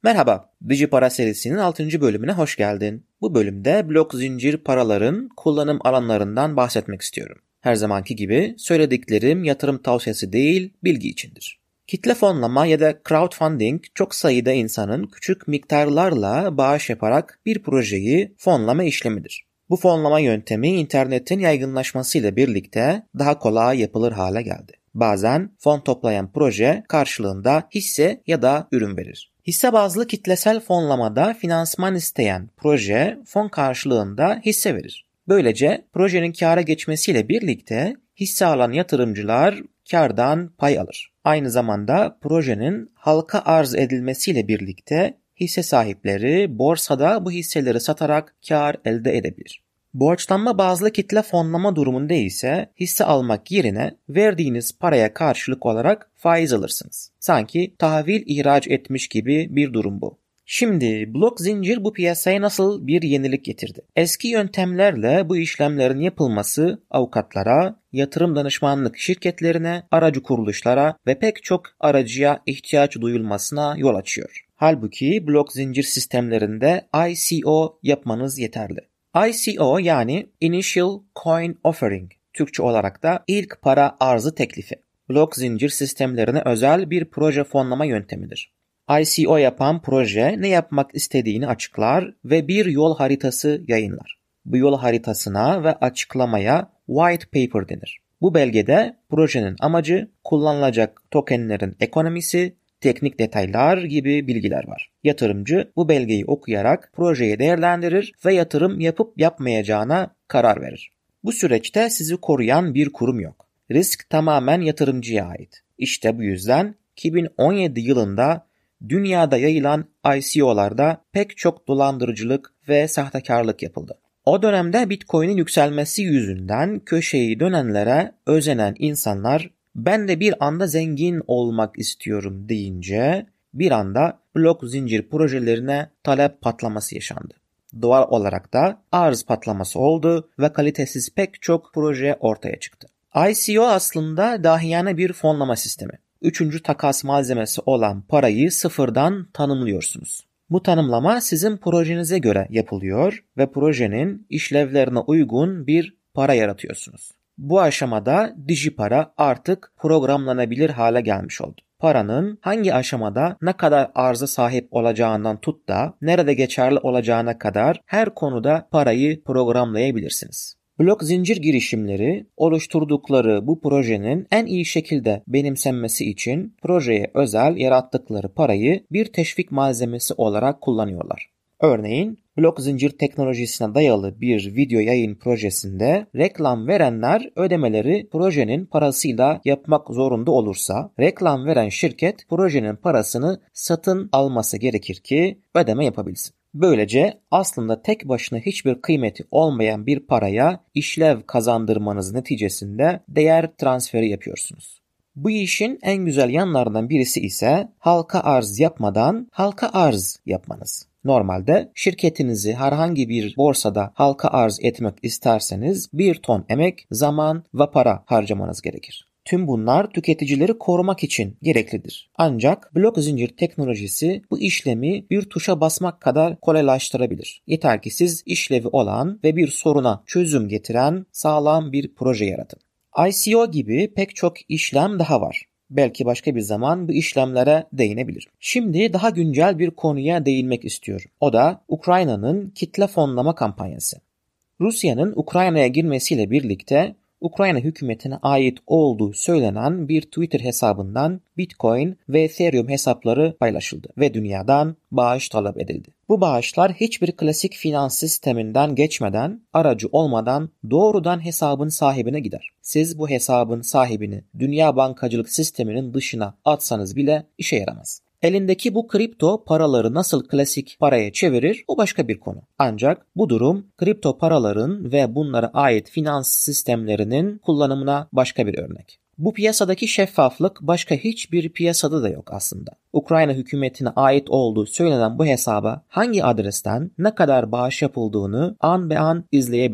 Merhaba, DigiPara serisinin 6. bölümüne hoş geldin. Bu bölümde blok zincir paraların kullanım alanlarından bahsetmek istiyorum. Her zamanki gibi söylediklerim yatırım tavsiyesi değil, bilgi içindir. Kitle fonlama ya da crowdfunding çok sayıda insanın küçük miktarlarla bağış yaparak bir projeyi fonlama işlemidir. Bu fonlama yöntemi internetin yaygınlaşmasıyla birlikte daha kolay yapılır hale geldi. Bazen fon toplayan proje karşılığında hisse ya da ürün verir. Hisse bazlı kitlesel fonlamada finansman isteyen proje fon karşılığında hisse verir. Böylece projenin kâra geçmesiyle birlikte hisse alan yatırımcılar kârdan pay alır. Aynı zamanda projenin halka arz edilmesiyle birlikte hisse sahipleri borsada bu hisseleri satarak kâr elde edebilir. Borçlanma bazlı kitle fonlama durumunda ise hisse almak yerine verdiğiniz paraya karşılık olarak faiz alırsınız. Sanki tahvil ihraç etmiş gibi bir durum bu. Şimdi blok zincir bu piyasaya nasıl bir yenilik getirdi? Eski yöntemlerle bu işlemlerin yapılması avukatlara, yatırım danışmanlık şirketlerine, aracı kuruluşlara ve pek çok aracıya ihtiyaç duyulmasına yol açıyor. Halbuki blok zincir sistemlerinde ICO yapmanız yeterli. ICO yani Initial Coin Offering, Türkçe olarak da ilk para arzı teklifi. Blok zincir sistemlerine özel bir proje fonlama yöntemidir. ICO yapan proje ne yapmak istediğini açıklar ve bir yol haritası yayınlar. Bu yol haritasına ve açıklamaya white paper denir. Bu belgede projenin amacı, kullanılacak tokenlerin ekonomisi, teknik detaylar gibi bilgiler var. Yatırımcı bu belgeyi okuyarak projeyi değerlendirir ve yatırım yapıp yapmayacağına karar verir. Bu süreçte sizi koruyan bir kurum yok. Risk tamamen yatırımcıya ait. İşte bu yüzden 2017 yılında dünyada yayılan ICO'larda pek çok dolandırıcılık ve sahtekarlık yapıldı. O dönemde Bitcoin'in yükselmesi yüzünden köşeyi dönenlere özenen insanlar ben de bir anda zengin olmak istiyorum deyince bir anda blok zincir projelerine talep patlaması yaşandı. Doğal olarak da arz patlaması oldu ve kalitesiz pek çok proje ortaya çıktı. ICO aslında dahiyane bir fonlama sistemi. Üçüncü takas malzemesi olan parayı sıfırdan tanımlıyorsunuz. Bu tanımlama sizin projenize göre yapılıyor ve projenin işlevlerine uygun bir para yaratıyorsunuz. Bu aşamada DigiPara artık programlanabilir hale gelmiş oldu. Paranın hangi aşamada ne kadar arıza sahip olacağından tut da nerede geçerli olacağına kadar her konuda parayı programlayabilirsiniz. Blok zincir girişimleri oluşturdukları bu projenin en iyi şekilde benimsenmesi için projeye özel yarattıkları parayı bir teşvik malzemesi olarak kullanıyorlar. Örneğin blok zincir teknolojisine dayalı bir video yayın projesinde reklam verenler ödemeleri projenin parasıyla yapmak zorunda olursa reklam veren şirket projenin parasını satın alması gerekir ki ödeme yapabilsin. Böylece aslında tek başına hiçbir kıymeti olmayan bir paraya işlev kazandırmanız neticesinde değer transferi yapıyorsunuz. Bu işin en güzel yanlarından birisi ise halka arz yapmadan halka arz yapmanız. Normalde şirketinizi herhangi bir borsada halka arz etmek isterseniz 1 ton emek, zaman ve para harcamanız gerekir. Tüm bunlar tüketicileri korumak için gereklidir. Ancak blok zincir teknolojisi bu işlemi bir tuşa basmak kadar kolaylaştırabilir. Yeter ki siz işlevi olan ve bir soruna çözüm getiren sağlam bir proje yaratın. ICO gibi pek çok işlem daha var. Belki başka bir zaman bu işlemlere değinebilirim. Şimdi daha güncel bir konuya değinmek istiyorum. O da Ukrayna'nın kitle fonlama kampanyası. Rusya'nın Ukrayna'ya girmesiyle birlikte Ukrayna hükümetine ait olduğu söylenen bir Twitter hesabından Bitcoin ve Ethereum hesapları paylaşıldı ve dünyadan bağış talep edildi. Bu bağışlar hiçbir klasik finans sisteminden geçmeden, aracı olmadan doğrudan hesabın sahibine gider. Siz bu hesabın sahibini dünya bankacılık sisteminin dışına atsanız bile işe yaramaz. Elindeki bu kripto paraları nasıl klasik paraya çevirir o başka bir konu. Ancak bu durum kripto paraların ve bunlara ait finans sistemlerinin kullanımına başka bir örnek. Bu piyasadaki şeffaflık başka hiçbir piyasada da yok aslında. Ukrayna hükümetine ait olduğu söylenen bu hesaba hangi adresten ne kadar bağış yapıldığını an be an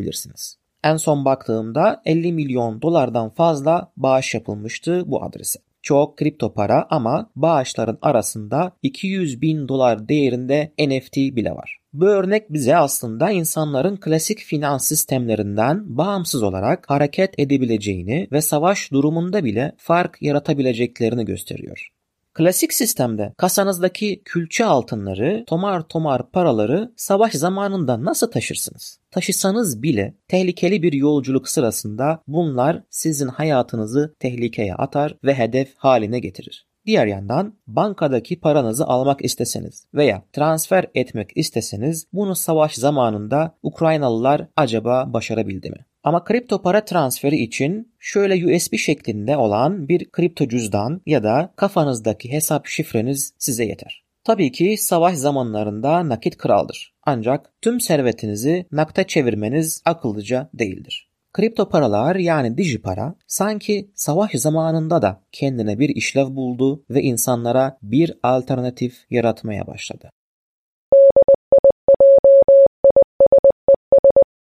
izleyebilirsiniz. En son baktığımda 50 milyon dolardan fazla bağış yapılmıştı bu adrese. Çok kripto para ama bağışların arasında 200.000 dolar değerinde NFT bile var. Bu örnek bize aslında insanların klasik finans sistemlerinden bağımsız olarak hareket edebileceğini ve savaş durumunda bile fark yaratabileceklerini gösteriyor. Klasik sistemde kasanızdaki külçe altınları, tomar tomar paraları savaş zamanında nasıl taşırsınız? Taşısanız bile tehlikeli bir yolculuk sırasında bunlar sizin hayatınızı tehlikeye atar ve hedef haline getirir. Diğer yandan bankadaki paranızı almak isteseniz veya transfer etmek isteseniz bunu savaş zamanında Ukraynalılar acaba başarabildi mi? Ama kripto para transferi için şöyle USB şeklinde olan bir kripto cüzdan ya da kafanızdaki hesap şifreniz size yeter. Tabii ki savaş zamanlarında nakit kraldır. Ancak tüm servetinizi nakde çevirmeniz akıllıca değildir. Kripto paralar yani dijipara sanki savaş zamanında da kendine bir işlev buldu ve insanlara bir alternatif yaratmaya başladı.